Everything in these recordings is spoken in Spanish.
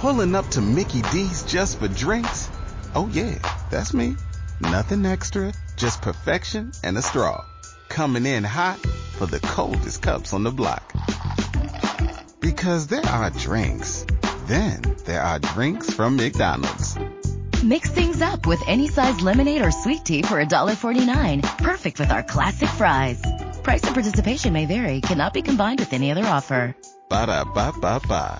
Pulling up to Mickey D's just for drinks? Oh yeah, that's me. Nothing extra, just perfection and a straw. Coming in hot for the coldest cups on the block. Because there are drinks. Then there are drinks from McDonald's. Mix things up with any size lemonade or sweet tea for $1.49. Perfect with our classic fries. Price and participation may vary. Cannot be combined with any other offer. Ba-da-ba-ba-ba.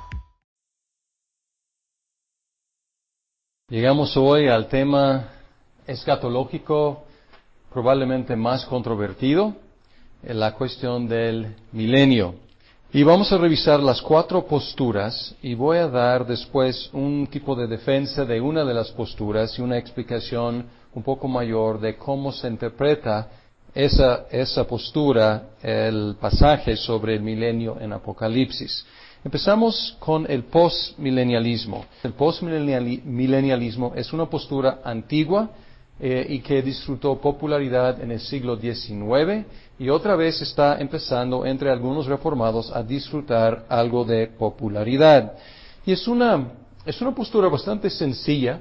Llegamos hoy al tema escatológico probablemente más controvertido, la cuestión del milenio. Y vamos a revisar las 4 posturas y voy a dar después un tipo de defensa de una de las posturas y una explicación un poco mayor de cómo se interpreta esa postura, el pasaje sobre el milenio en Apocalipsis. Empezamos con el postmilenialismo. El postmilenialismo es una postura antigua y que disfrutó popularidad en el siglo XIX y otra vez está empezando entre algunos reformados a disfrutar algo de popularidad. Y es una postura bastante sencilla,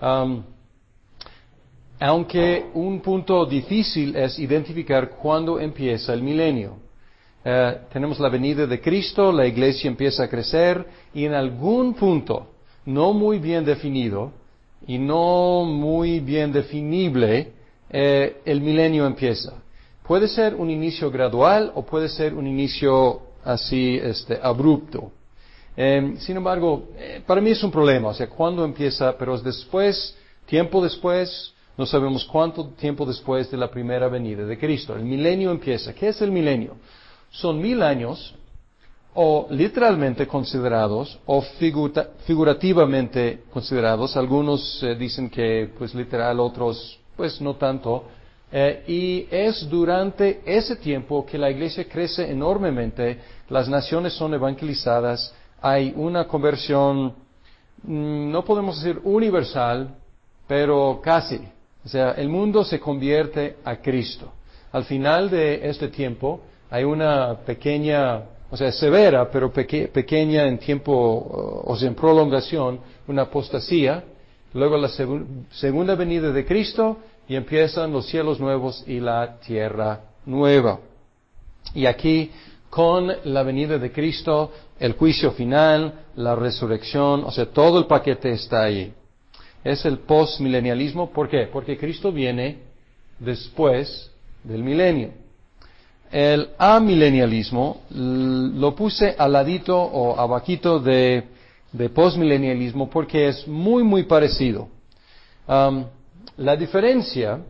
aunque un punto difícil es identificar cuándo empieza el milenio. Tenemos la venida de Cristo, la iglesia empieza a crecer y en algún punto, no muy bien definido y no muy bien definible, el milenio empieza. Puede ser un inicio gradual o puede ser un inicio así, abrupto. Sin embargo, para mí es un problema, o sea, cuándo empieza, pero es después, tiempo después, no sabemos cuánto tiempo después de la primera venida de Cristo. El milenio empieza. ¿Qué es el milenio? Son 1000 años, o literalmente considerados, o figurativamente considerados. Algunos dicen que, pues, literal, otros, pues, no tanto. Y es durante ese tiempo que la iglesia crece enormemente, las naciones son evangelizadas, hay una conversión, no podemos decir universal, pero casi. O sea, el mundo se convierte a Cristo. Al final de este tiempo, hay una pequeña, o sea, severa, pero pequeña en tiempo, o sea, en prolongación, una apostasía, luego la segunda venida de Cristo, y empiezan los cielos nuevos y la tierra nueva. Y aquí, con la venida de Cristo, el juicio final, la resurrección, o sea, todo el paquete está ahí. Es el postmilenialismo. ¿Por qué? Porque Cristo viene después del milenio. El amilenialismo lo puse al ladito o abajito de postmilenialismo porque es muy, muy parecido. La diferencia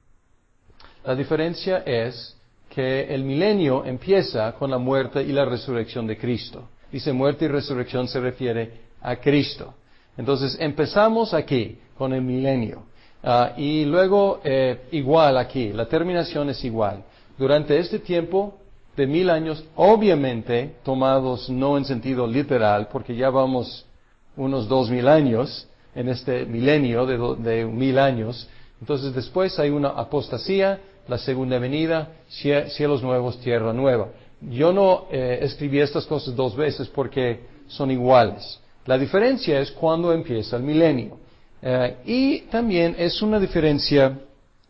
es que el milenio empieza con la muerte y la resurrección de Cristo. Dice muerte y resurrección se refiere a Cristo. Entonces empezamos aquí con el milenio. Y luego igual aquí, la terminación es igual. Durante este tiempo de 1000 años, obviamente tomados no en sentido literal, porque ya vamos unos 2000 años en este milenio de 1000 años. Entonces después hay una apostasía, la segunda venida, cielos nuevos, tierra nueva. Yo no escribí estas cosas 2 veces porque son iguales. La diferencia es cuando empieza el milenio. Y también es una diferencia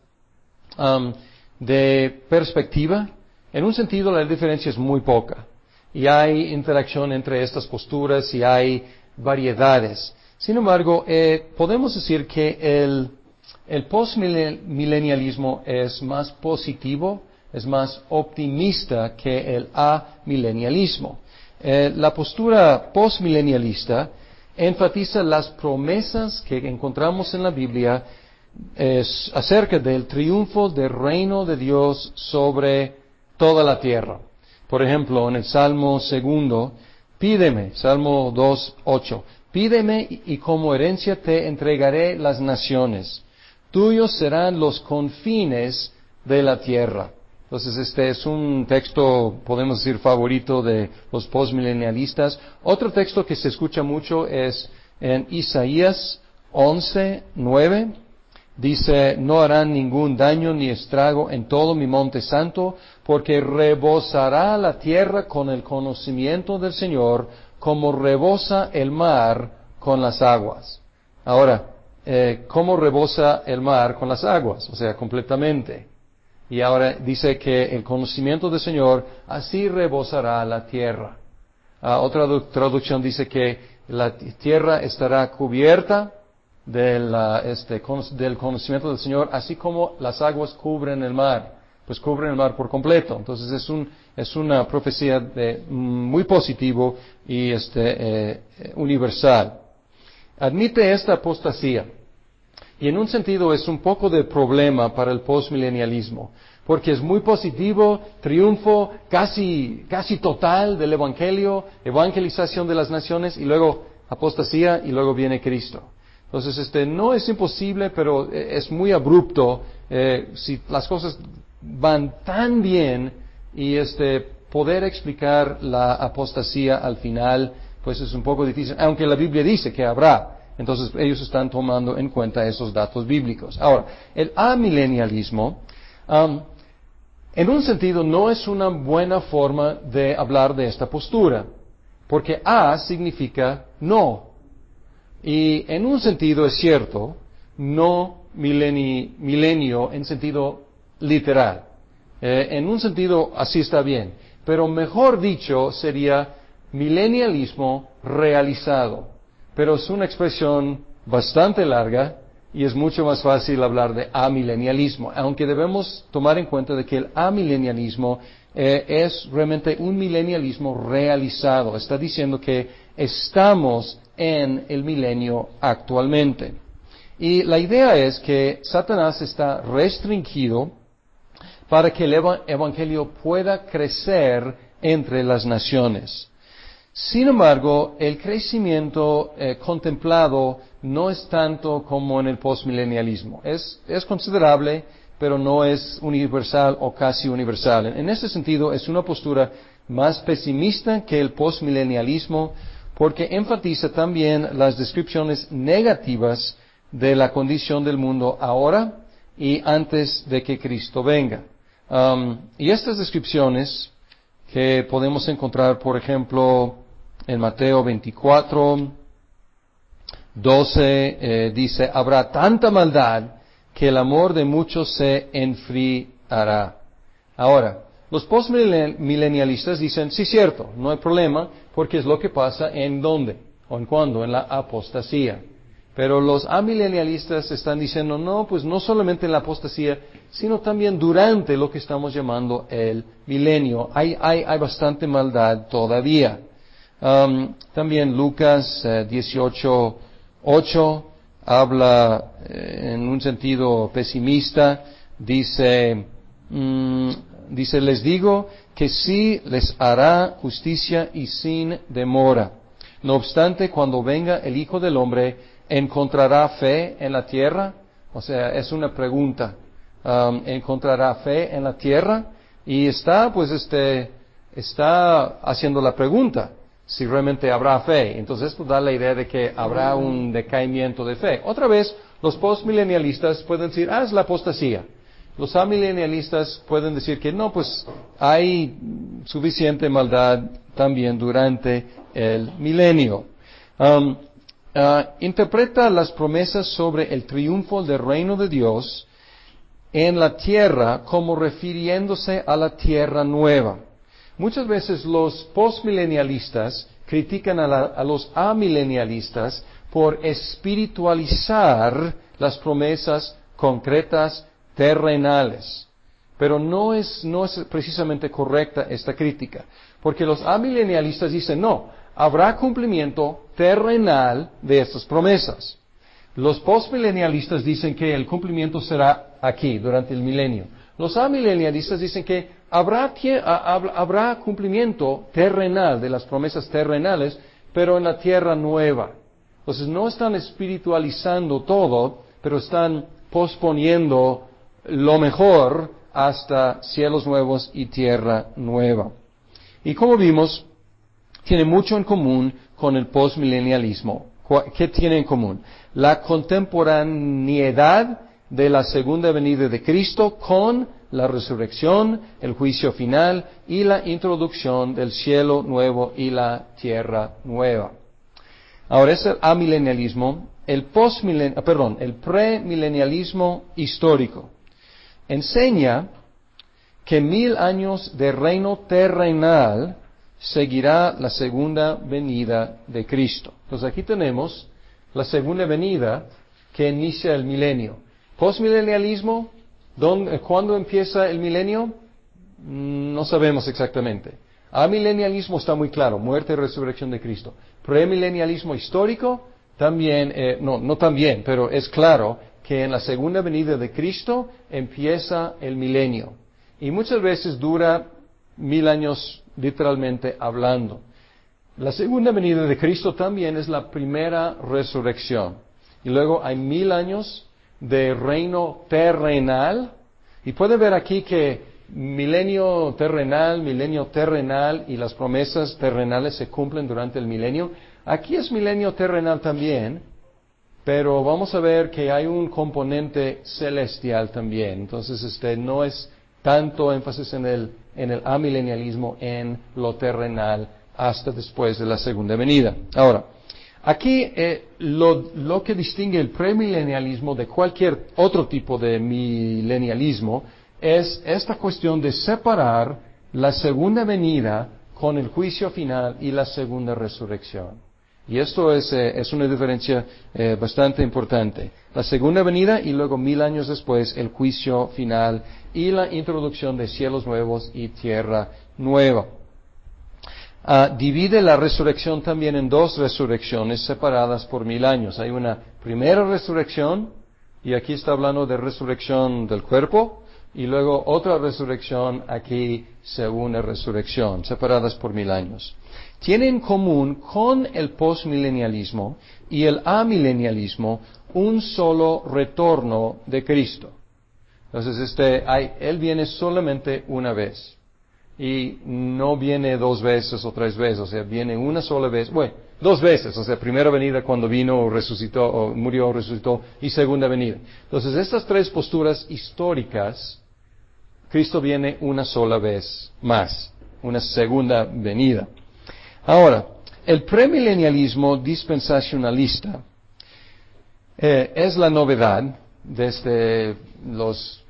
de perspectiva. En un sentido la diferencia es muy poca. Y hay interacción entre estas posturas y hay variedades. Sin embargo, podemos decir que el postmilenialismo es más positivo, es más optimista que el amilenialismo. La postura postmilenialista enfatiza las promesas que encontramos en la Biblia acerca del triunfo del reino de Dios sobre toda la tierra. Por ejemplo, en el Salmo 2, pídeme, Salmo 2:8, pídeme y como herencia te entregaré las naciones. Tuyos serán los confines de la tierra. Entonces este es un texto, podemos decir, favorito de los postmilenialistas. Otro texto que se escucha mucho es en Isaías 11:9. Dice, no harán ningún daño ni estrago en todo mi monte santo, porque rebosará la tierra con el conocimiento del Señor, como rebosa el mar con las aguas. Ahora, ¿cómo rebosa el mar con las aguas? O sea, completamente. Y ahora dice que el conocimiento del Señor así rebosará la tierra. Otra traducción dice que la tierra estará cubierta del conocimiento del Señor, así como las aguas cubren el mar, pues cubren el mar por completo. Entonces es una profecía muy positivo y universal. Admite esta apostasía. Y en un sentido es un poco de problema para el postmilenialismo, porque es muy positivo, triunfo casi total del Evangelio, evangelización de las naciones, y luego apostasía, y luego viene Cristo. Entonces, no es imposible, pero es muy abrupto, si las cosas van tan bien, y poder explicar la apostasía al final, pues es un poco difícil, aunque la Biblia dice que habrá. Entonces ellos están tomando en cuenta esos datos bíblicos. Ahora, el amilenialismo, en un sentido no es una buena forma de hablar de esta postura, porque a significa no. Y en un sentido es cierto, no milenio en sentido literal. En un sentido así está bien, pero mejor dicho sería milenialismo realizado. Pero es una expresión bastante larga y es mucho más fácil hablar de amilenialismo, aunque debemos tomar en cuenta de que el amilenialismo es realmente un milenialismo realizado. Está diciendo que estamos en el milenio actualmente. Y la idea es que Satanás está restringido para que el evangelio pueda crecer entre las naciones. Sin embargo, el crecimiento contemplado no es tanto como en el postmilenialismo. Es considerable, pero no es universal o casi universal. En ese sentido, es una postura más pesimista que el postmilenialismo, porque enfatiza también las descripciones negativas de la condición del mundo ahora y antes de que Cristo venga. Y estas descripciones que podemos encontrar, por ejemplo, en Mateo 24, 12, dice, habrá tanta maldad que el amor de muchos se enfriará. Ahora, los postmilenialistas dicen, sí, cierto, no hay problema, porque es lo que pasa en dónde, o en cuándo, en la apostasía. Pero los amilenialistas están diciendo, no, pues no solamente en la apostasía, sino también durante lo que estamos llamando el milenio. Hay bastante maldad todavía. También Lucas 18:8 habla en un sentido pesimista, dice, les digo que sí les hará justicia y sin demora. No obstante, cuando venga el Hijo del Hombre, ¿encontrará fe en la tierra? O sea, es una pregunta. ¿Encontrará fe en la tierra? Y está haciendo la pregunta, si realmente habrá fe. Entonces esto da la idea de que habrá un decaimiento de fe. Otra vez, los postmilenialistas pueden decir, es la apostasía. Los amilenialistas pueden decir que no, pues hay suficiente maldad también durante el milenio. Interpreta las promesas sobre el triunfo del reino de Dios en la tierra como refiriéndose a la tierra nueva. Muchas veces los postmilenialistas critican a los amilenialistas por espiritualizar las promesas concretas terrenales. Pero no es precisamente correcta esta crítica, porque los amilenialistas dicen no, habrá cumplimiento terrenal de estas promesas. Los postmilenialistas dicen que el cumplimiento será aquí, durante el milenio. Los amilenialistas dicen que habrá cumplimiento terrenal de las promesas terrenales, pero en la tierra nueva. Entonces no están espiritualizando todo, pero están posponiendo lo mejor hasta cielos nuevos y tierra nueva. Y como vimos, tiene mucho en común con el postmilenialismo. ¿Qué tiene en común? La contemporaneidad de la segunda venida de Cristo con la resurrección, el juicio final y la introducción del cielo nuevo y la tierra nueva. Ahora es el amilenialismo, el premilenialismo histórico. Enseña que 1000 años de reino terrenal seguirá la segunda venida de Cristo. Entonces aquí tenemos la segunda venida que inicia el milenio. Postmilenialismo, ¿cuándo empieza el milenio? No sabemos exactamente. Amilenialismo está muy claro, muerte y resurrección de Cristo. Premilenialismo histórico, también, no también, pero es claro que en la segunda venida de Cristo empieza el milenio. Y muchas veces dura 1000 años literalmente hablando. La segunda venida de Cristo también es la primera resurrección. Y luego hay 1000 años de reino terrenal. Y puede ver aquí que milenio terrenal y las promesas terrenales se cumplen durante el milenio. Aquí es milenio terrenal también, pero vamos a ver que hay un componente celestial también. Entonces, no es tanto énfasis en el amilenialismo, en lo terrenal, hasta después de la segunda venida. Ahora, aquí lo que distingue el premilenialismo de cualquier otro tipo de milenialismo es esta cuestión de separar la segunda venida con el juicio final y la segunda resurrección. Y esto es una diferencia bastante importante. La segunda venida y luego 1000 años después el juicio final y la introducción de cielos nuevos y tierra nueva. Divide la resurrección también en dos resurrecciones separadas por 1000 años. Hay una primera resurrección, y aquí está hablando de resurrección del cuerpo, y luego otra resurrección, aquí segunda resurrección, separadas por 1000 años. Tiene en común con el postmilenialismo y el amilenialismo un solo retorno de Cristo. Entonces, Él viene solamente una vez. Y no viene 2 veces o 3 veces, o sea, viene una sola vez, 2 veces, o sea, primera venida cuando vino, resucitó, o murió, resucitó, y segunda venida. Entonces, estas 3 posturas históricas, Cristo viene una sola vez más, una segunda venida. Ahora, el premilenialismo dispensacionalista es la novedad desde los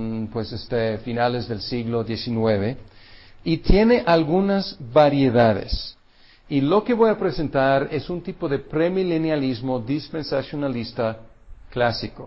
finales del siglo XIX y tiene algunas variedades. Y lo que voy a presentar es un tipo de premilenialismo dispensacionalista clásico.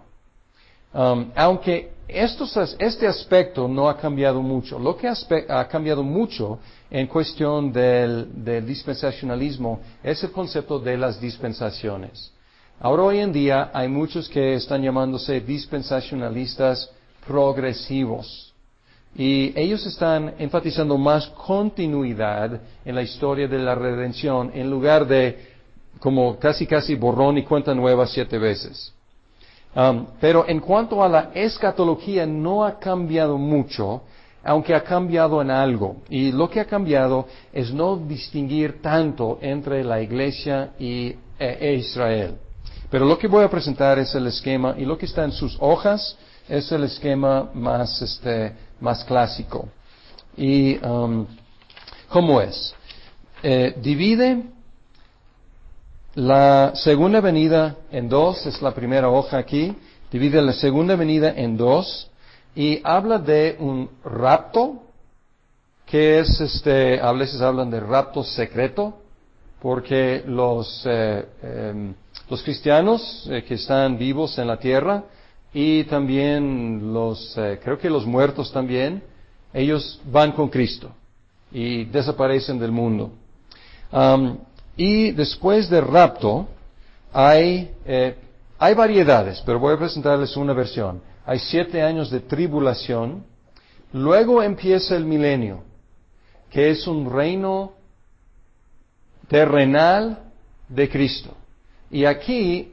Aunque este aspecto no ha cambiado mucho. Lo que ha cambiado mucho en cuestión del dispensacionalismo es el concepto de las dispensaciones. Ahora hoy en día hay muchos que están llamándose dispensacionalistas progresivos. Y ellos están enfatizando más continuidad en la historia de la redención en lugar de como casi borrón y cuenta nueva 7 veces. Pero en cuanto a la escatología no ha cambiado mucho, aunque ha cambiado en algo. Y lo que ha cambiado es no distinguir tanto entre la iglesia e Israel. Pero lo que voy a presentar es el esquema, y lo que está en sus hojas es el esquema más clásico. Y, ¿cómo es? Divide la segunda venida en 2, es la primera hoja aquí, divide la segunda venida en 2, y habla de un rapto, que es a veces hablan de rapto secreto, porque los cristianos que están vivos en la tierra, y también creo que los muertos también, ellos van con Cristo y desaparecen del mundo. Y después del rapto hay variedades, pero voy a presentarles una versión. Hay 7 años de tribulación, luego empieza el milenio, que es un reino terrenal de Cristo. Y aquí,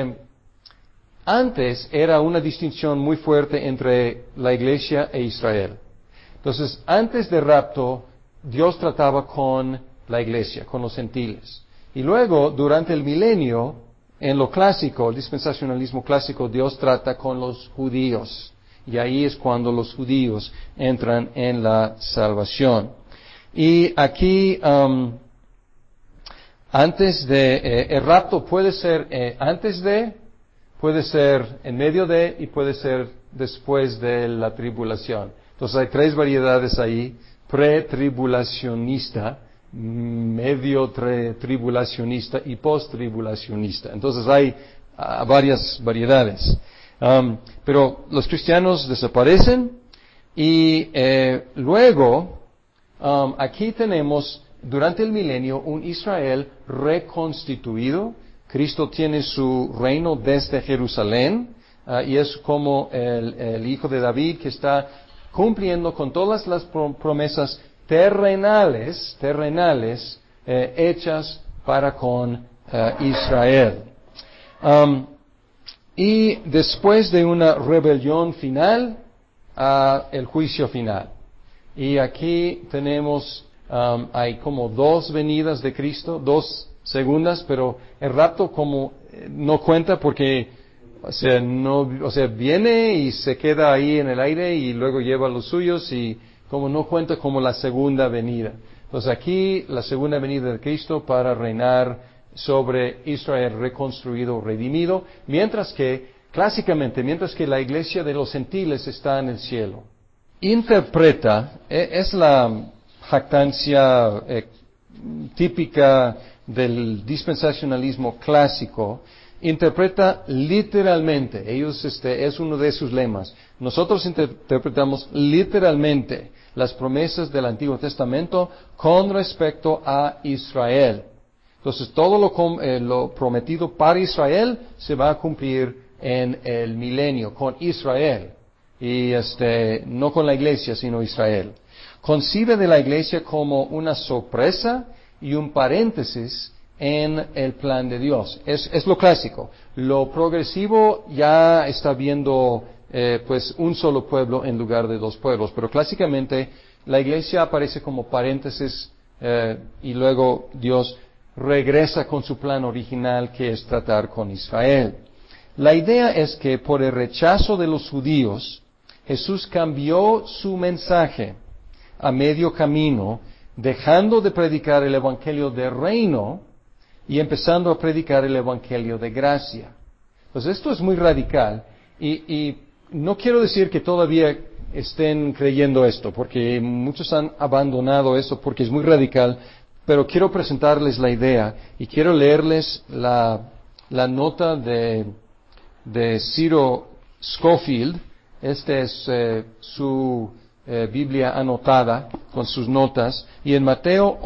antes era una distinción muy fuerte entre la iglesia e Israel. Entonces, antes del rapto, Dios trataba con la iglesia, con los gentiles. Y luego, durante el milenio, en lo clásico, el dispensacionalismo clásico, Dios trata con los judíos. y ahí es cuando los judíos entran en la salvación. Y aquí, antes de, el rapto puede ser antes de, puede ser en medio de y puede ser después de la tribulación. Entonces hay tres variedades ahí: pretribulacionista, medio tribulacionista y post-tribulacionista. Entonces hay varias variedades. Pero los cristianos desaparecen y luego aquí tenemos durante el milenio un Israel reconstituido. Cristo tiene su reino desde Jerusalén y es como el hijo de David que está cumpliendo con todas las promesas terrenales hechas para con Israel. Y después de una rebelión final, el juicio final. Y aquí tenemos, hay como dos venidas de Cristo, dos segundas, pero el rapto como no cuenta porque, viene y se queda ahí en el aire y luego lleva a los suyos y como no cuenta como la segunda venida. Entonces aquí la segunda venida de Cristo para reinar sobre Israel reconstruido, redimido, mientras que la iglesia de los gentiles está en el cielo. Interpreta, es la jactancia típica del dispensacionalismo clásico, interpreta literalmente, es uno de sus lemas. Nosotros interpretamos literalmente las promesas del Antiguo Testamento con respecto a Israel. Entonces todo lo prometido para Israel se va a cumplir en el milenio, con Israel. Y no con la iglesia, sino Israel. Concibe de la iglesia como una sorpresa y un paréntesis en el plan de Dios. Es lo clásico. Lo progresivo ya está viendo un solo pueblo en lugar de dos pueblos. Pero clásicamente la iglesia aparece como paréntesis y luego Dios regresa con su plan original, que es tratar con Israel. La idea es que por el rechazo de los judíos, Jesús cambió su mensaje a medio camino, dejando de predicar el evangelio de reino y empezando a predicar el evangelio de gracia. Pues esto es muy radical y no quiero decir que todavía estén creyendo esto, porque muchos han abandonado eso porque es muy radical, pero quiero presentarles la idea y quiero leerles la nota de Ciro Scofield. Esta es su Biblia anotada con sus notas. Y en Mateo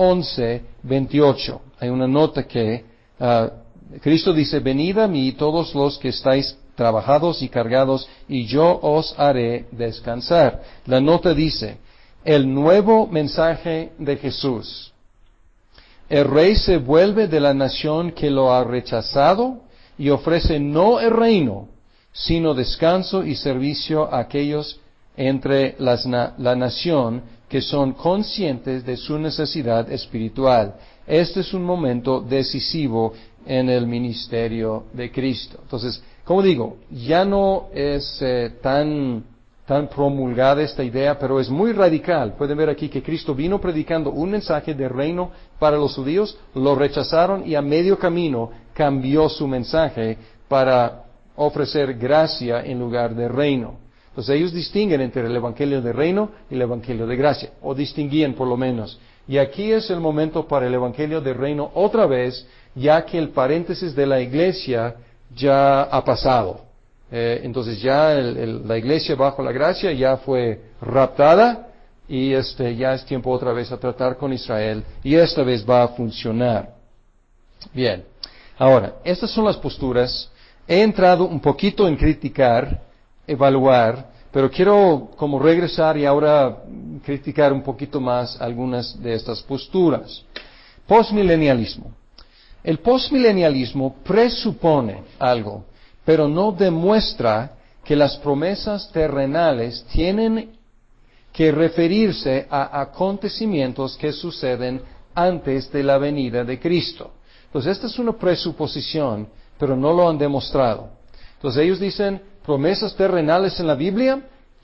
11:28 hay una nota que Cristo dice: venid a mí todos los que estáis trabajados y cargados, y yo os haré descansar. La nota dice: el nuevo mensaje de Jesús. El rey se vuelve de la nación que lo ha rechazado y ofrece no el reino, sino descanso y servicio a aquellos entre la nación que son conscientes de su necesidad espiritual. Este es un momento decisivo en el ministerio de Cristo. Entonces, como digo, ya no es tan promulgada esta idea, pero es muy radical. Pueden ver aquí que Cristo vino predicando un mensaje de reino para los judíos, lo rechazaron y a medio camino cambió su mensaje para ofrecer gracia en lugar de reino. Entonces ellos distinguen entre el evangelio de reino y el evangelio de gracia, o distinguían por lo menos. Y aquí es el momento para el evangelio de reino otra vez, ya que el paréntesis de la iglesia ya ha pasado. Entonces ya la iglesia bajo la gracia ya fue raptada y ya es tiempo otra vez a tratar con Israel y esta vez va a funcionar. Bien, ahora, estas son las posturas. He entrado un poquito en criticar, evaluar, pero quiero como regresar y ahora criticar un poquito más algunas de estas posturas. Postmilenialismo. El postmilenialismo presupone algo, pero no demuestra que las promesas terrenales tienen que referirse a acontecimientos que suceden antes de la venida de Cristo. Entonces, esta es una presuposición, pero no lo han demostrado. Entonces, ellos dicen, promesas terrenales en la Biblia,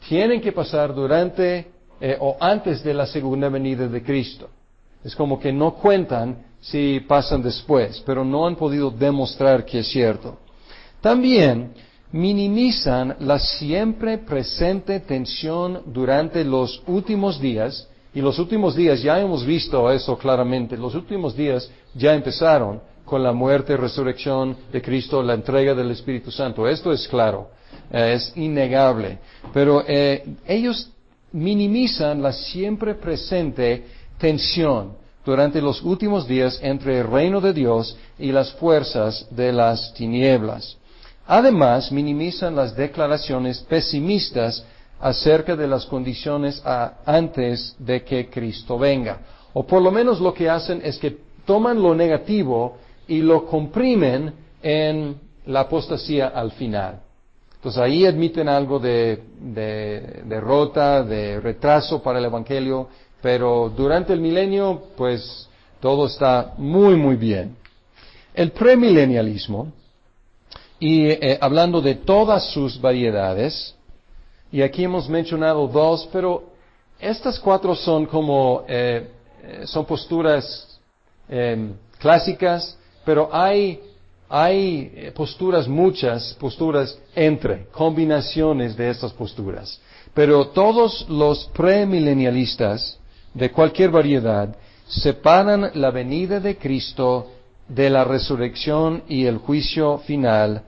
tienen que pasar durante o antes de la segunda venida de Cristo. Es como que no cuentan si pasan después, pero no han podido demostrar que es cierto. También minimizan la siempre presente tensión durante los últimos días, y los últimos días ya hemos visto eso claramente, los últimos días ya empezaron con la muerte, resurrección de Cristo, la entrega del Espíritu Santo. Esto es claro, es innegable, pero ellos minimizan la siempre presente tensión durante los últimos días entre el reino de Dios y las fuerzas de las tinieblas. Además, minimizan las declaraciones pesimistas acerca de las condiciones antes de que Cristo venga. O por lo menos lo que hacen es que toman lo negativo y lo comprimen en la apostasía al final. Entonces ahí admiten algo de derrota, de retraso para el Evangelio, pero durante el milenio, pues todo está muy, muy bien. El premilenialismo, y hablando de todas sus variedades, y aquí hemos mencionado dos, pero estas cuatro son como, son posturas clásicas, pero hay posturas, muchas posturas entre, combinaciones de estas posturas. Pero todos los premilenialistas de cualquier variedad separan la venida de Cristo de la resurrección y el juicio final,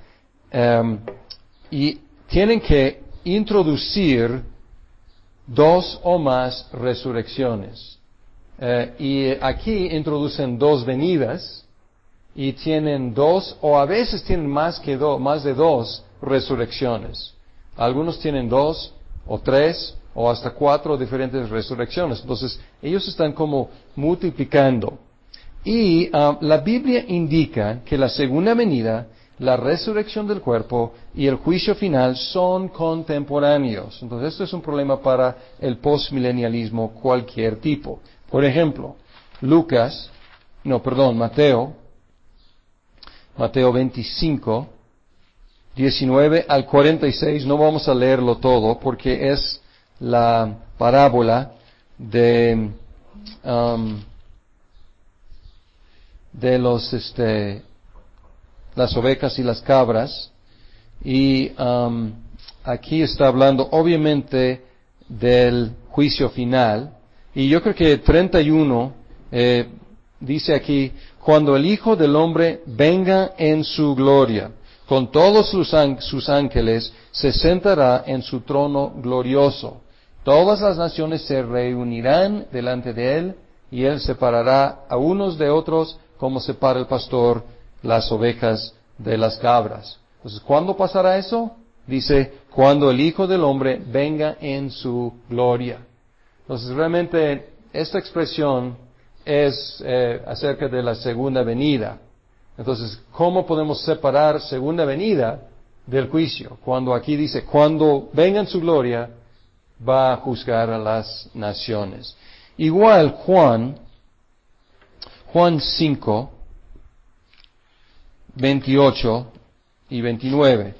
y tienen que introducir dos o más resurrecciones. Y aquí introducen dos venidas y tienen dos, o a veces tienen más de dos resurrecciones. Algunos tienen dos o tres o hasta cuatro diferentes resurrecciones. Entonces, ellos están como multiplicando. Y la Biblia indica que la segunda venida, la resurrección del cuerpo y el juicio final son contemporáneos. Entonces, esto es un problema para el postmilenialismo cualquier tipo. Por ejemplo, Mateo 25, 19 al 46, no vamos a leerlo todo porque es la parábola de las ovejas y las cabras, y aquí está hablando obviamente del juicio final, y yo creo que 31 dice aquí: cuando el Hijo del Hombre venga en su gloria, con todos sus ángeles, se sentará en su trono glorioso. Todas las naciones se reunirán delante de él, y él separará a unos de otros, como separa el pastor las ovejas de las cabras. Entonces, ¿cuándo pasará eso? Dice, cuando el Hijo del Hombre venga en su gloria. Entonces, realmente, esta expresión es acerca de la segunda venida. Entonces, ¿cómo podemos separar segunda venida del juicio? Cuando aquí dice, cuando venga en su gloria, va a juzgar a las naciones. Igual Juan 5, 28 y 29.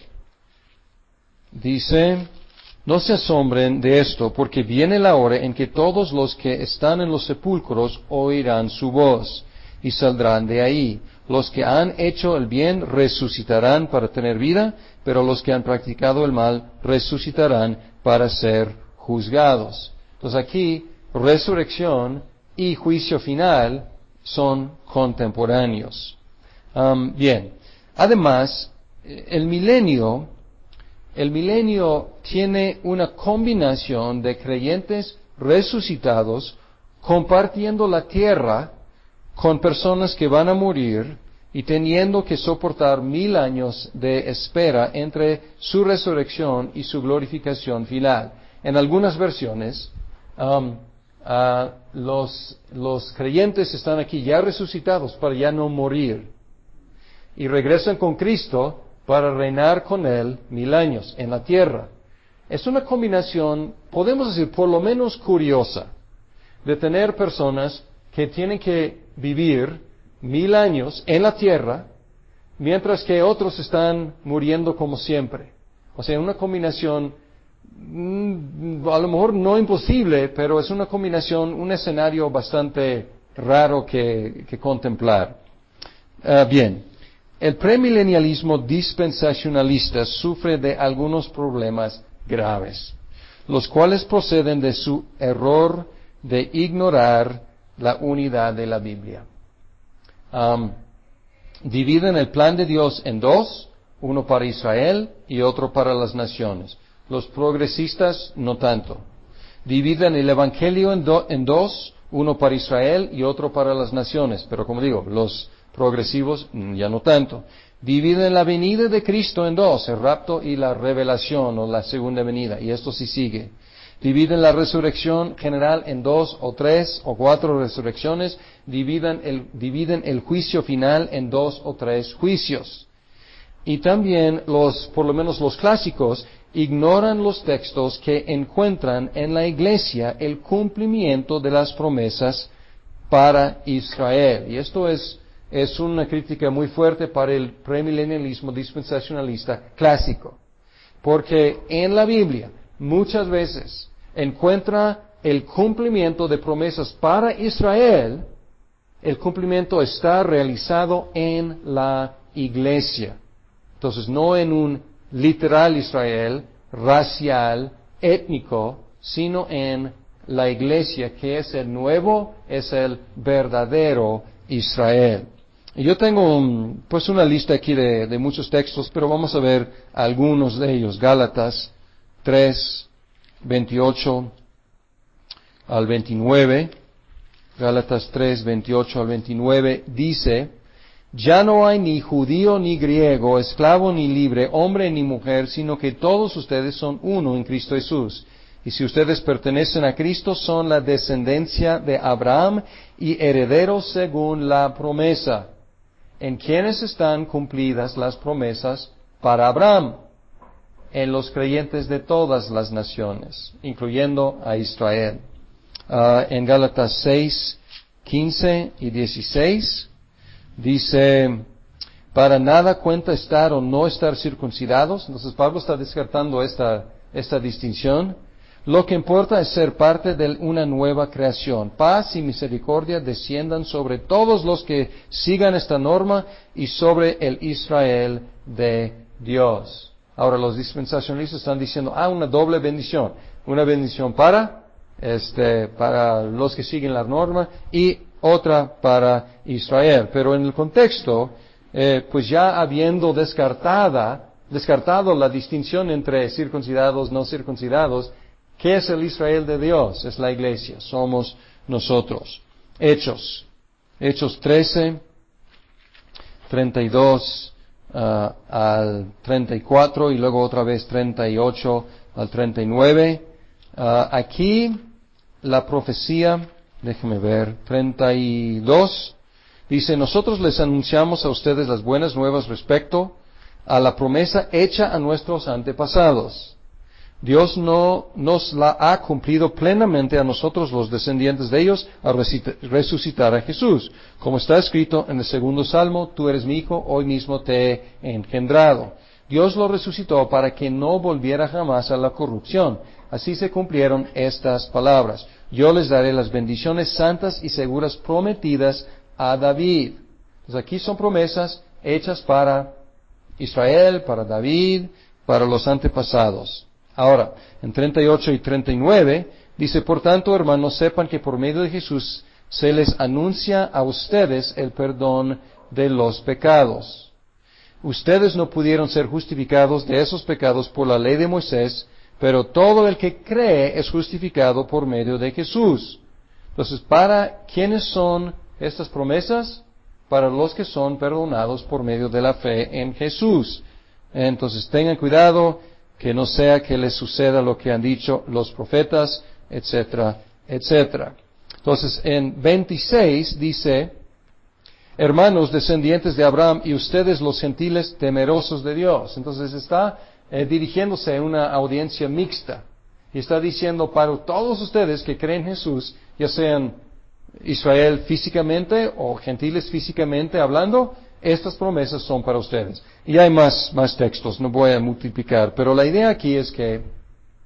Dice, no se asombren de esto, porque viene la hora en que todos los que están en los sepulcros oirán su voz y saldrán de ahí. Los que han hecho el bien resucitarán para tener vida, pero los que han practicado el mal resucitarán para ser juzgados. Entonces aquí, resurrección y juicio final son contemporáneos. Bien, además, el milenio tiene una combinación de creyentes resucitados compartiendo la tierra con personas que van a morir y teniendo que soportar 1000 años de espera entre su resurrección y su glorificación final. En algunas versiones, los creyentes están aquí ya resucitados para ya no morir y regresan con Cristo para reinar con Él 1000 años en la tierra. Es una combinación, podemos decir, por lo menos curiosa, de tener personas que tienen que vivir 1000 años en la tierra, mientras que otros están muriendo como siempre. O sea, una combinación a lo mejor no imposible, pero es una combinación, un escenario bastante raro que contemplar. Bien, el premilenialismo dispensacionalista sufre de algunos problemas graves, los cuales proceden de su error de ignorar la unidad de la Biblia. Dividen el plan de Dios en dos, uno para Israel y otro para las naciones. Los progresistas no tanto. Dividen el Evangelio en dos, uno para Israel y otro para las naciones. Pero como digo, los progresivos ya no tanto. Dividen la venida de Cristo en dos, el rapto y la revelación o la segunda venida. Y esto sí sigue. Dividen la resurrección general en 2 o 3 o 4 resurrecciones. Dividen el juicio final en 2 o 3 juicios. Y también por lo menos los clásicos, ignoran los textos que encuentran en la iglesia el cumplimiento de las promesas para Israel. Y esto es una crítica muy fuerte para el premilenialismo dispensacionalista clásico. Porque en la Biblia muchas veces encuentra el cumplimiento de promesas para Israel, el cumplimiento está realizado en la iglesia. Entonces, no en un literal Israel, racial, étnico, sino en la iglesia, que es el nuevo, es el verdadero Israel. Y yo tengo pues una lista aquí de muchos textos, pero vamos a ver algunos de ellos. Gálatas 3, 28 al 29. Gálatas 3, 28 al 29 dice: ya no hay ni judío ni griego, esclavo ni libre, hombre ni mujer, sino que todos ustedes son uno en Cristo Jesús. Y si ustedes pertenecen a Cristo, son la descendencia de Abraham y herederos según la promesa, en quienes están cumplidas las promesas para Abraham, en los creyentes de todas las naciones, incluyendo a Israel. En Gálatas 6, 15 y 16, dice: para nada cuenta estar o no estar circuncidados. Entonces Pablo está descartando esta distinción. Lo que importa es ser parte de una nueva creación. Paz y misericordia desciendan sobre todos los que sigan esta norma y sobre el Israel de Dios. Ahora los dispensacionalistas están diciendo, una doble bendición. Una bendición para los que siguen la norma y otra para Israel. Pero en el contexto, pues ya habiendo descartado la distinción entre circuncidados, no circuncidados, ¿qué es el Israel de Dios? Es la iglesia, somos nosotros. Hechos 13, 32 al 34 y luego otra vez 38 al 39. Aquí la profecía, déjeme ver, 32, dice: nosotros les anunciamos a ustedes las buenas nuevas respecto a la promesa hecha a nuestros antepasados. Dios no nos la ha cumplido plenamente a nosotros los descendientes de ellos al resucitar a Jesús. Como está escrito en el 2 Salmo, tú eres mi hijo, hoy mismo te he engendrado. Dios lo resucitó para que no volviera jamás a la corrupción. Así se cumplieron estas palabras: yo les daré las bendiciones santas y seguras prometidas a David. Entonces aquí son promesas hechas para Israel, para David, para los antepasados. Ahora, en 38 y 39, dice: por tanto, hermanos, sepan que por medio de Jesús se les anuncia a ustedes el perdón de los pecados. Ustedes no pudieron ser justificados de esos pecados por la ley de Moisés, pero todo el que cree es justificado por medio de Jesús. Entonces, ¿para quiénes son estas promesas? Para los que son perdonados por medio de la fe en Jesús. Entonces, tengan cuidado que no sea que les suceda lo que han dicho los profetas, etcétera, etcétera. Entonces, en 26 dice: hermanos descendientes de Abraham y ustedes los gentiles temerosos de Dios. Entonces está dirigiéndose a una audiencia mixta. Y está diciendo para todos ustedes que creen en Jesús, ya sean Israel físicamente o gentiles físicamente hablando, estas promesas son para ustedes. Y hay más textos, no voy a multiplicar, pero la idea aquí es que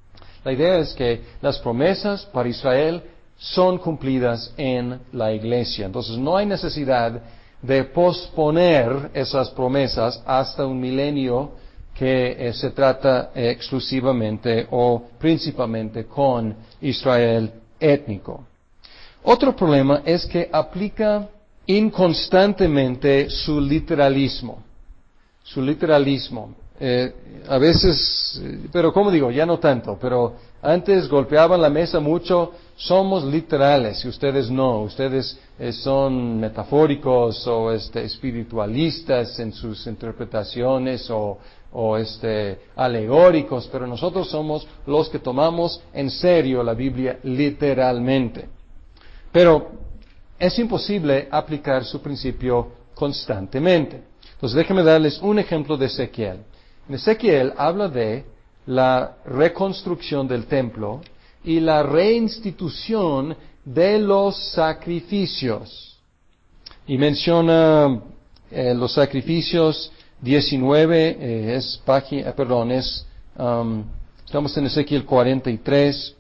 La idea es que las promesas para Israel son cumplidas en la iglesia. Entonces no hay necesidad de posponer esas promesas hasta un milenio que se trata exclusivamente o principalmente con Israel étnico. Otro problema es que aplica inconstantemente su literalismo. A veces, pero como digo, ya no tanto, pero antes golpeaban la mesa mucho, somos literales y ustedes no, ustedes son metafóricos o espiritualistas en sus interpretaciones o alegóricos, pero nosotros somos los que tomamos en serio la Biblia literalmente. Pero es imposible aplicar su principio constantemente. Entonces déjenme darles un ejemplo de Ezequiel. En Ezequiel habla de la reconstrucción del templo y la reinstitución de los sacrificios. Y menciona los sacrificios 19, estamos en Ezequiel 43,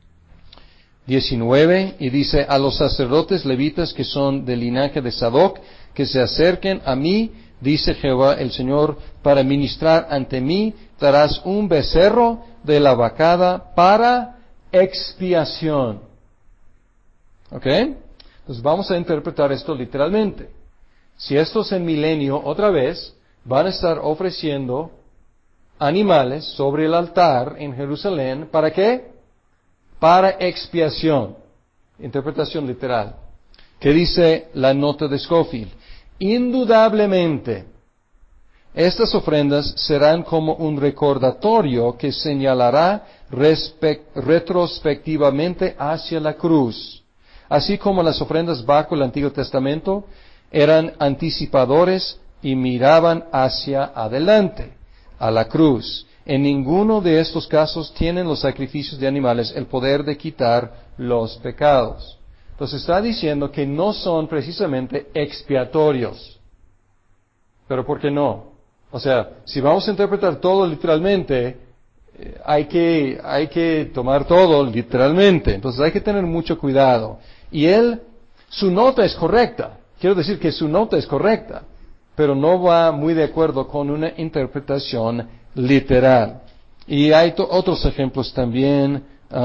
19, y dice, a los sacerdotes levitas que son del linaje de Sadoc, que se acerquen a mí, dice Jehová el Señor, para ministrar ante mí, darás un becerro de la vacada para expiación. ¿Ok? Entonces vamos a interpretar esto literalmente. Si estos en milenio, otra vez, van a estar ofreciendo animales sobre el altar en Jerusalén, ¿para qué? Para expiación. Interpretación literal. ¿Qué dice la nota de Scofield? Indudablemente, estas ofrendas serán como un recordatorio que señalará retrospectivamente hacia la cruz. Así como las ofrendas bajo el Antiguo Testamento eran anticipadores y miraban hacia adelante, a la cruz. En ninguno de estos casos tienen los sacrificios de animales el poder de quitar los pecados. Entonces está diciendo que no son precisamente expiatorios. ¿Pero por qué no? O sea, si vamos a interpretar todo literalmente, hay que tomar todo literalmente. Entonces hay que tener mucho cuidado. Y su nota es correcta. Quiero decir que su nota es correcta, pero no va muy de acuerdo con una interpretación literal. Y hay otros ejemplos también.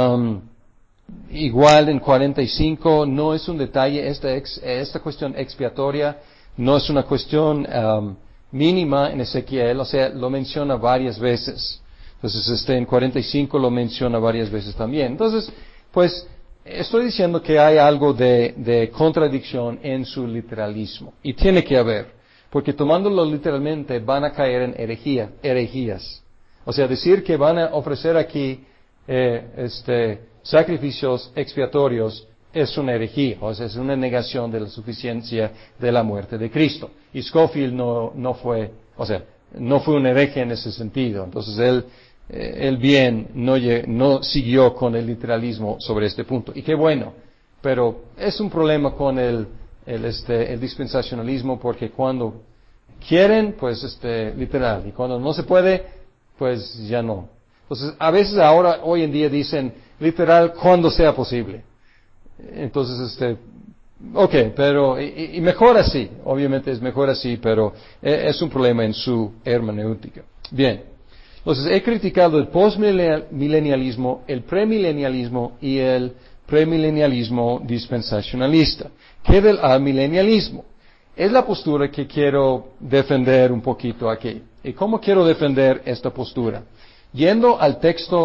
Igual en 45, no es un detalle, esta cuestión expiatoria no es una cuestión mínima en Ezequiel, o sea, lo menciona varias veces. Entonces, en 45 lo menciona varias veces también. Entonces, pues, estoy diciendo que hay algo de contradicción en su literalismo. Y tiene que haber. Porque tomándolo literalmente van a caer en herejías. O sea, decir que van a ofrecer aquí, sacrificios expiatorios es una herejía, o sea, es una negación de la suficiencia de la muerte de Cristo. Y Scofield no fue un hereje en ese sentido. Entonces él bien no siguió con el literalismo sobre este punto. Y qué bueno, pero es un problema con el dispensacionalismo, porque cuando quieren, pues literal, y cuando no se puede, pues ya no. Entonces, a veces hoy en día dicen literal cuando sea posible. Entonces, pero, y mejor así, obviamente es mejor así, pero es un problema en su hermenéutica. Bien. Entonces, he criticado el postmilenialismo, el premilenialismo y el premilenialismo dispensacionalista. ¿Qué del amilenialismo? Es la postura que quiero defender un poquito aquí. ¿Y cómo quiero defender esta postura? Yendo al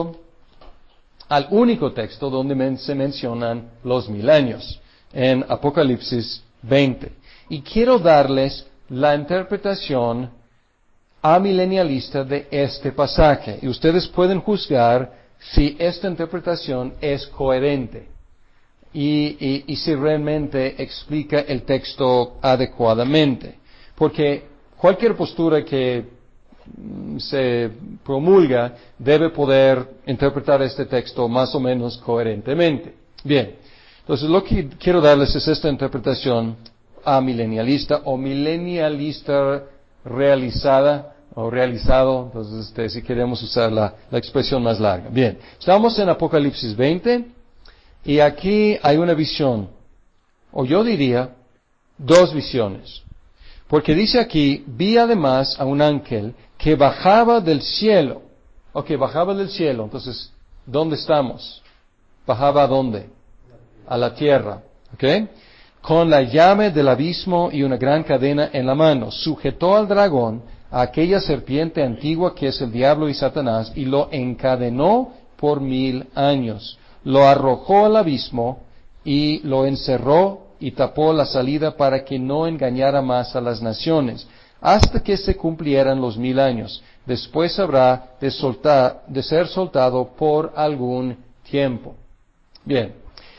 único texto donde se mencionan los milenios, en Apocalipsis 20. Y quiero darles la interpretación amilenialista de este pasaje. Y ustedes pueden juzgar si esta interpretación es coherente y si realmente explica el texto adecuadamente. Porque cualquier postura que se promulga debe poder interpretar este texto más o menos coherentemente. Bien, entonces lo que quiero darles es esta interpretación amilenialista o milenialista realizada, o realizado, entonces si queremos usar la expresión más larga. Bien, estamos en Apocalipsis 20 y aquí hay una visión, o yo diría, dos visiones. Porque dice aquí, vi además a un ángel que bajaba del cielo. Ok, bajaba del cielo, entonces, ¿dónde estamos? ¿Bajaba a dónde? A la tierra, ok. Con la llave del abismo y una gran cadena en la mano. Sujetó al dragón, a aquella serpiente antigua que es el diablo y Satanás, y lo encadenó por 1000 años. Lo arrojó al abismo y lo encerró y tapó la salida para que no engañara más a las naciones, hasta que se cumplieran los 1000 años. Después habrá de ser soltado por algún tiempo. Bien.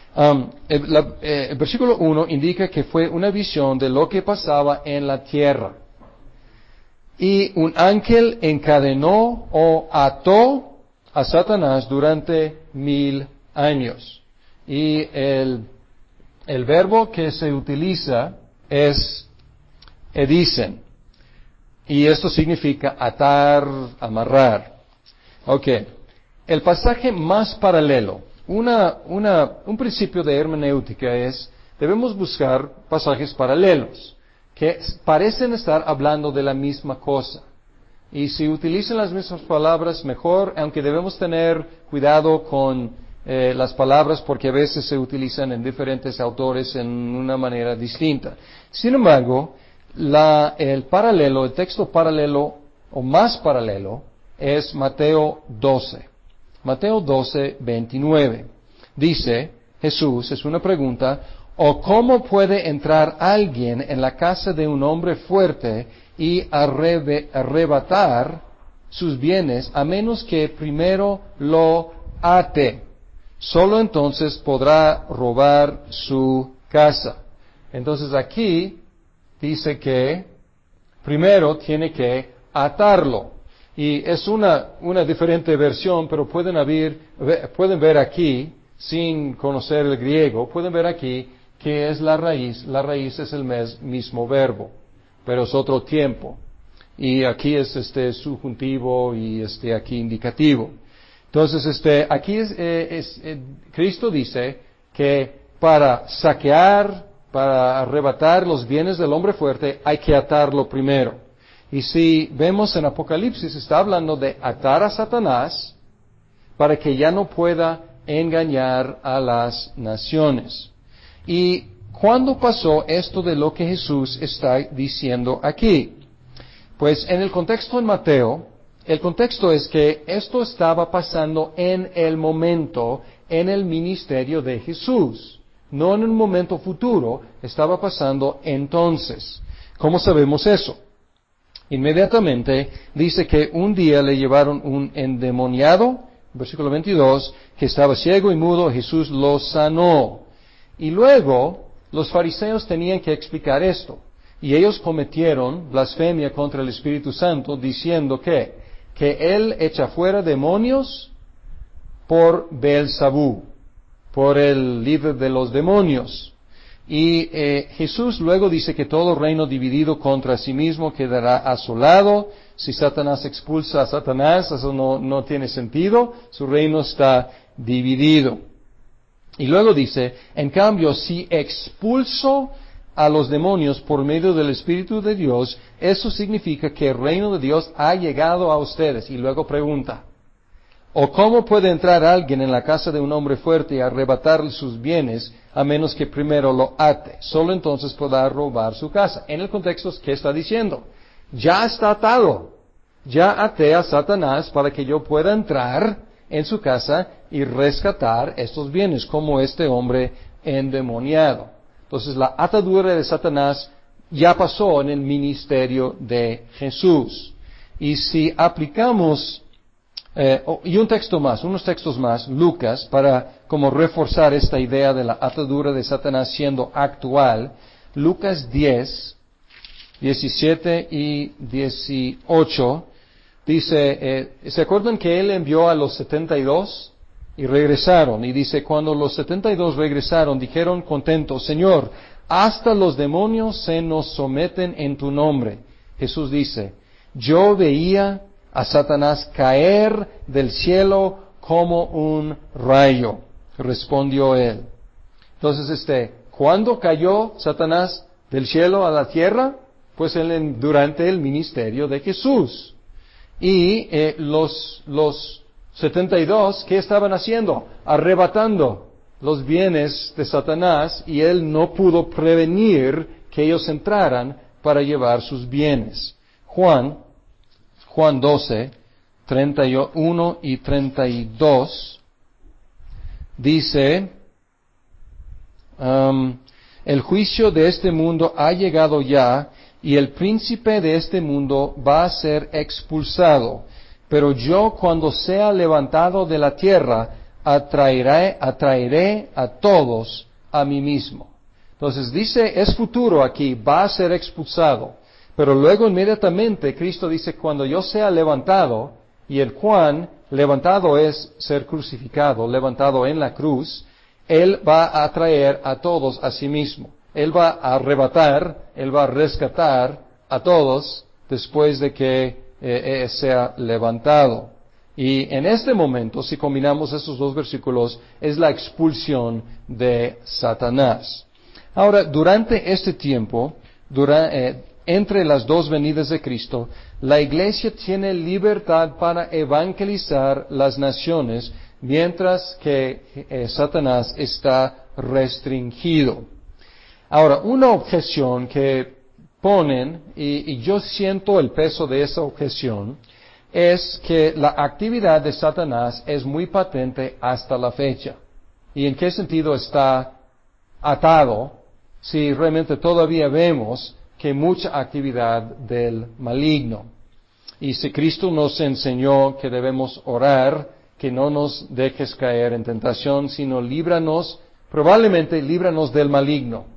El versículo 1 indica que fue una visión de lo que pasaba en la tierra. Y un ángel encadenó o ató a Satanás durante 1000 años. Y el verbo que se utiliza es edicen. Y esto significa atar, amarrar. Ok. El pasaje más paralelo, un principio de hermenéutica es, debemos buscar pasajes paralelos, que parecen estar hablando de la misma cosa. Y si utilizan las mismas palabras, mejor, aunque debemos tener cuidado con las palabras porque a veces se utilizan en diferentes autores en una manera distinta. Sin embargo, el texto paralelo o más paralelo es Mateo 12. Mateo 12, 29. Dice Jesús, es una pregunta, ¿o cómo puede entrar alguien en la casa de un hombre fuerte y arrebatar sus bienes a menos que primero lo ate? Solo entonces podrá robar su casa. Entonces aquí dice que primero tiene que atarlo. Y es una diferente versión, pero pueden ver aquí, sin conocer el griego, pueden ver aquí que es la raíz. La raíz es el mismo verbo, pero es otro tiempo. Y aquí es subjuntivo y aquí indicativo. Entonces, aquí Cristo dice que para saquear, para arrebatar los bienes del hombre fuerte, hay que atarlo primero. Y si vemos en Apocalipsis, está hablando de atar a Satanás para que ya no pueda engañar a las naciones. ¿Y cuándo pasó esto de lo que Jesús está diciendo aquí? Pues en el contexto en Mateo, el contexto es que esto estaba pasando en el momento, en el ministerio de Jesús. No en un momento futuro, estaba pasando entonces. ¿Cómo sabemos eso? Inmediatamente dice que un día le llevaron un endemoniado, versículo 22, que estaba ciego y mudo, Jesús lo sanó. Y luego los fariseos tenían que explicar esto. Y ellos cometieron blasfemia contra el Espíritu Santo diciendo que Él echa fuera demonios por Beelzebú, por el líder de los demonios. Y Jesús luego dice que todo reino dividido contra sí mismo quedará asolado. Si Satanás expulsa a Satanás, eso no tiene sentido. Su reino está dividido. Y luego dice, en cambio, si expulso a los demonios por medio del Espíritu de Dios, eso significa que el reino de Dios ha llegado a ustedes. Y luego pregunta, ¿o cómo puede entrar alguien en la casa de un hombre fuerte y arrebatarle sus bienes a menos que primero lo ate? Solo entonces podrá robar su casa. En el contexto, ¿qué está diciendo? Ya está atado. Ya até a Satanás para que yo pueda entrar en su casa y rescatar estos bienes, como este hombre endemoniado. Entonces la atadura de Satanás ya pasó en el ministerio de Jesús. Y si aplicamos y unos textos más, Lucas, para como reforzar esta idea de la atadura de Satanás siendo actual, Lucas 10, 17 y 18, dice, ¿se acuerdan que Él envió a los 72 y regresaron? Y dice, cuando los 72 regresaron, dijeron contentos, Señor, hasta los demonios se nos someten en tu nombre. Jesús dice, Yo veía a Satanás caer del cielo como un rayo, respondió él. Entonces, ¿cuándo cayó Satanás del cielo a la tierra? Pues durante el ministerio de Jesús. Y los 72, ¿qué estaban haciendo? Arrebatando los bienes de Satanás, y él no pudo prevenir que ellos entraran para llevar sus bienes. Juan 12, 31 y 32 dice, el juicio de este mundo ha llegado ya, y el príncipe de este mundo va a ser expulsado. Pero yo, cuando sea levantado de la tierra, atraeré a todos a mí mismo. Entonces dice, es futuro aquí, va a ser expulsado. Pero luego inmediatamente Cristo dice, cuando yo sea levantado, y el Juan, levantado es ser crucificado, levantado en la cruz, Él va a atraer a todos a sí mismo. Él va a arrebatar, Él va a rescatar a todos después de que sea levantado. Y en este momento, si combinamos esos dos versículos, es la expulsión de Satanás. Ahora, durante este tiempo, entre las dos venidas de Cristo, la Iglesia tiene libertad para evangelizar las naciones, mientras que Satanás está restringido. Ahora, una objeción que ponen, y yo siento el peso de esa objeción, es que la actividad de Satanás es muy patente hasta la fecha. ¿Y en qué sentido está atado? Si realmente todavía vemos que mucha actividad del maligno. Y si Cristo nos enseñó que debemos orar, que no nos dejes caer en tentación, sino probablemente líbranos del maligno.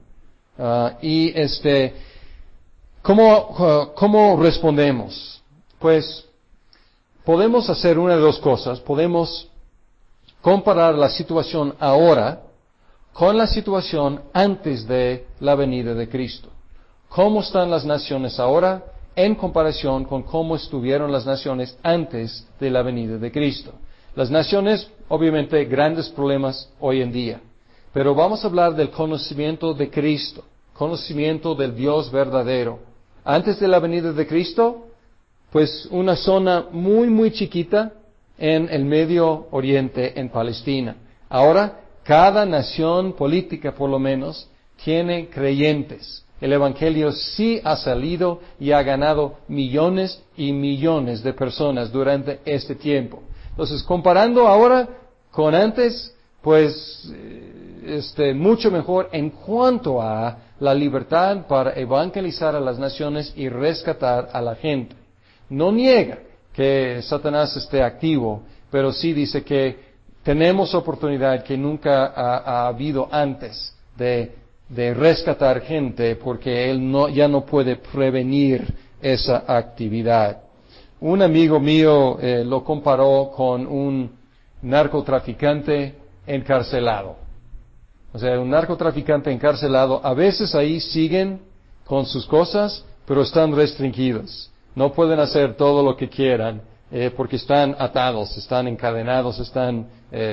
¿Cómo respondemos? Pues podemos hacer una de dos cosas. Podemos comparar la situación ahora con la situación antes de la venida de Cristo. ¿Cómo están las naciones ahora en comparación con cómo estuvieron las naciones antes de la venida de Cristo? Las naciones, obviamente, grandes problemas hoy en día. Pero vamos a hablar del conocimiento de Cristo, conocimiento del Dios verdadero. Antes de la venida de Cristo, pues una zona muy, muy chiquita en el Medio Oriente, en Palestina. Ahora, cada nación política, por lo menos, tiene creyentes. El Evangelio sí ha salido y ha ganado millones y millones de personas durante este tiempo. Entonces, comparando ahora con antes, pues mucho mejor en cuanto a la libertad para evangelizar a las naciones y rescatar a la gente. No niega que Satanás esté activo, pero sí dice que tenemos oportunidad que nunca ha habido antes de rescatar gente, porque él ya no puede prevenir esa actividad. Un amigo mío lo comparó con un narcotraficante encarcelado. O sea, un narcotraficante encarcelado, a veces ahí siguen con sus cosas, pero están restringidos. No pueden hacer todo lo que quieran, porque están atados, están encadenados, están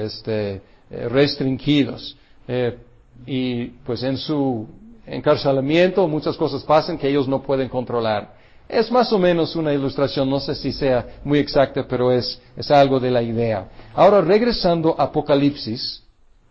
restringidos. Y pues en su encarcelamiento muchas cosas pasan que ellos no pueden controlar. Es más o menos una ilustración, no sé si sea muy exacta, pero es algo de la idea. Ahora, regresando a Apocalipsis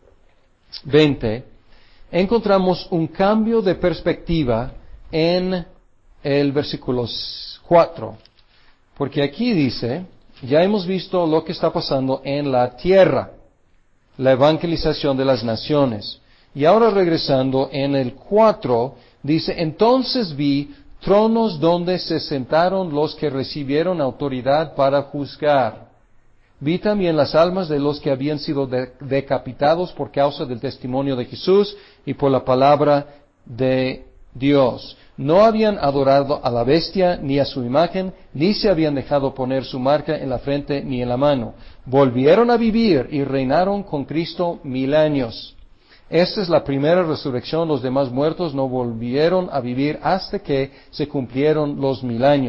20, encontramos un cambio de perspectiva en el versículo 4. Porque aquí dice, ya hemos visto lo que está pasando en la tierra, la evangelización de las naciones. Y ahora regresando en el 4, dice, entonces vi tronos donde se sentaron los que recibieron autoridad para juzgar. Vi también las almas de los que habían sido decapitados por causa del testimonio de Jesús y por la palabra de Dios. No habían adorado a la bestia ni a su imagen, ni se habían dejado poner su marca en la frente ni en la mano. Volvieron a vivir y reinaron con Cristo 1000 años. Esta es la primera resurrección. Los demás muertos no volvieron a vivir hasta que se cumplieron los 1000 años.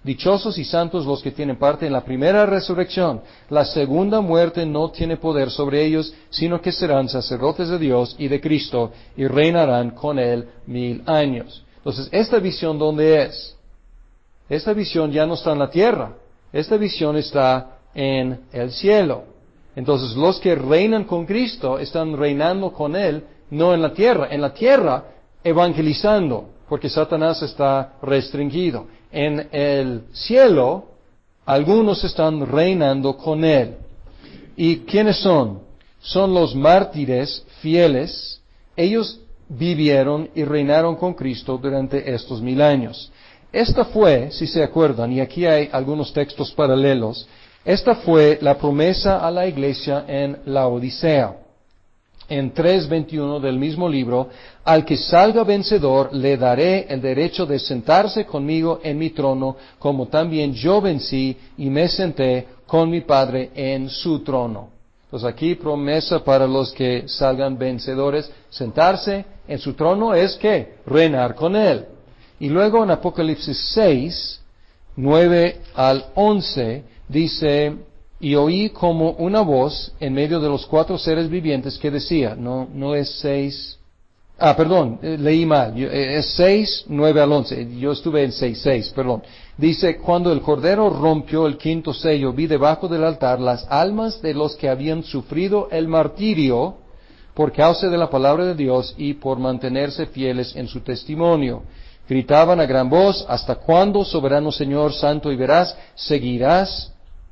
Dichosos y santos los que tienen parte en la primera resurrección. La segunda muerte no tiene poder sobre ellos, sino que serán sacerdotes de Dios y de Cristo y reinarán con Él 1000 años. Entonces, ¿esta visión dónde es? Esta visión ya no está en la tierra. Esta visión está en el cielo. Entonces, los que reinan con Cristo están reinando con Él, no en la tierra. En la tierra, evangelizando, porque Satanás está restringido. En el cielo, algunos están reinando con Él. ¿Y quiénes son? Son los mártires fieles. Ellos vivieron y reinaron con Cristo durante estos 1000 años. Esta fue, si se acuerdan, y aquí hay algunos textos paralelos, esta fue la promesa a la iglesia en la Odisea. En 3:21 del mismo libro, al que salga vencedor le daré el derecho de sentarse conmigo en mi trono, como también yo vencí y me senté con mi Padre en su trono. Entonces aquí promesa para los que salgan vencedores, sentarse en su trono es que reinar con Él. Y luego en Apocalipsis 6, 9 al 11, dice, y oí como una voz en medio de los 4 seres vivientes que decía, no es 6, leí mal, es 6, 9 al 11, yo estuve en 6, perdón. Dice, cuando el Cordero rompió el 5º sello, vi debajo del altar las almas de los que habían sufrido el martirio por causa de la palabra de Dios y por mantenerse fieles en su testimonio. Gritaban a gran voz, ¿hasta cuándo, soberano Señor, santo y veraz, seguirás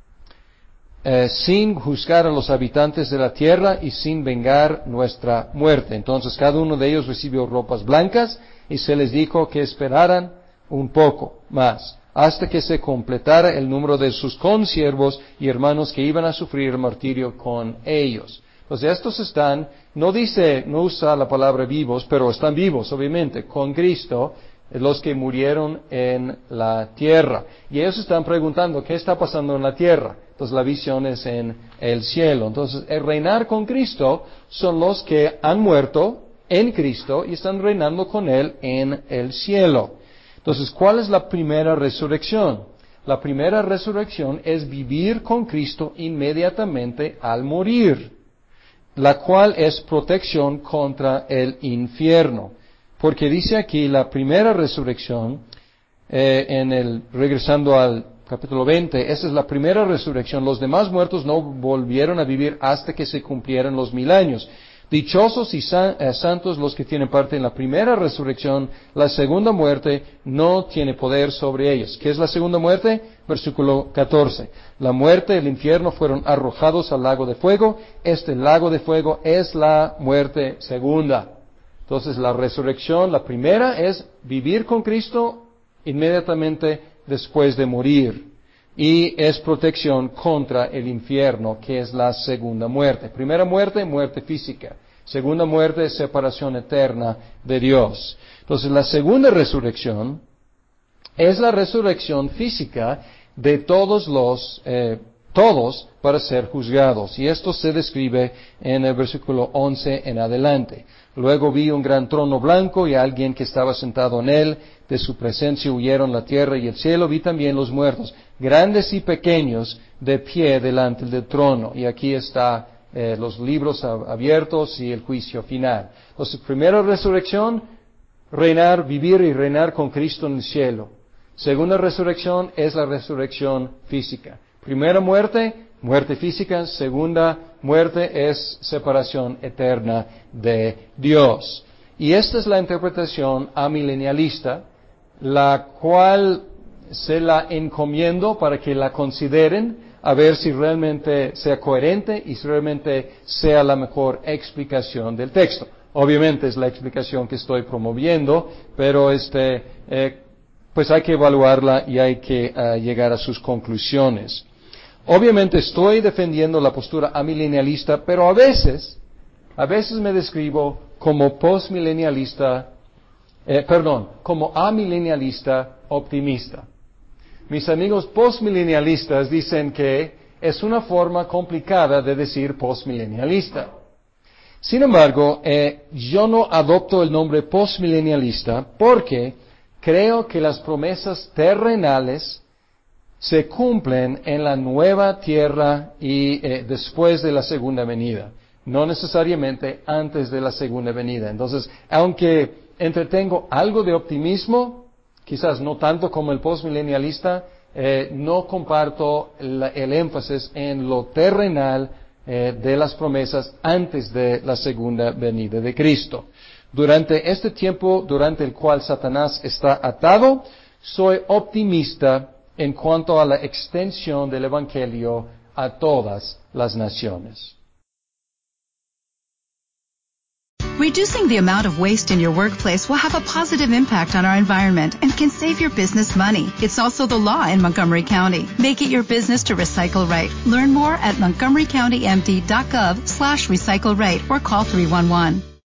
sin juzgar a los habitantes de la tierra y sin vengar nuestra muerte? Entonces cada uno de ellos recibió ropas blancas y se les dijo que esperaran un poco más, hasta que se completara el número de sus consiervos y hermanos que iban a sufrir el martirio con ellos. Entonces estos están, no usa la palabra vivos, pero están vivos, obviamente, con Cristo, los que murieron en la tierra. Y ellos están preguntando, ¿qué está pasando en la tierra? Entonces la visión es en el cielo. Entonces el reinar con Cristo son los que han muerto en Cristo y están reinando con Él en el cielo. Entonces, ¿cuál es la primera resurrección? La primera resurrección es vivir con Cristo inmediatamente al morir, la cual es protección contra el infierno. Porque dice aquí la primera resurrección, regresando al capítulo 20, esa es la primera resurrección. Los demás muertos no volvieron a vivir hasta que se cumplieran los 1000 años. Dichosos y santos los que tienen parte en la primera resurrección. La segunda muerte no tiene poder sobre ellos. ¿Qué es la segunda muerte? Versículo 14. La muerte, el infierno fueron arrojados al lago de fuego. Este lago de fuego es la muerte segunda. Entonces la resurrección, la primera es vivir con Cristo inmediatamente después de morir. Y es protección contra el infierno, que es la segunda muerte. Primera muerte, muerte física. Segunda muerte, separación eterna de Dios. Entonces la segunda resurrección es la resurrección física de todos para ser juzgados. Y esto se describe en el versículo 11 en adelante. Luego vi un gran trono blanco y a alguien que estaba sentado en él. De su presencia huyeron la tierra y el cielo. Vi también los muertos, grandes y pequeños, de pie delante del trono. Y aquí está los libros abiertos y el juicio final. Entonces, primera resurrección, vivir y reinar con Cristo en el cielo. Segunda resurrección es la resurrección física. Primera muerte, muerte física. Segunda muerte es separación eterna de Dios. Y esta es la interpretación amilenialista, la cual se la encomiendo para que la consideren, a ver si realmente sea coherente y si realmente sea la mejor explicación del texto. Obviamente es la explicación que estoy promoviendo, pero pues hay que evaluarla y hay que llegar a sus conclusiones. Obviamente estoy defendiendo la postura amilenialista, pero a veces me describo como como amilenialista optimista. Mis amigos postmilenialistas dicen que es una forma complicada de decir postmilenialista. Sin embargo, yo no adopto el nombre postmilenialista porque creo que las promesas terrenales se cumplen en la nueva tierra y después de la segunda venida, no necesariamente antes de la segunda venida. Entonces, aunque entretengo algo de optimismo, quizás no tanto como el postmilenialista, no comparto el énfasis en lo terrenal de las promesas antes de la segunda venida de Cristo. Durante este tiempo durante el cual Satanás está atado, soy optimista en cuanto a la extensión del Evangelio a todas las naciones. Reducing the amount of waste in your workplace will have a positive impact on our environment and can save your business money. It's also the law in Montgomery County. Make it your business to recycle right. Learn more at montgomerycountymd.gov/recycle right or call 311.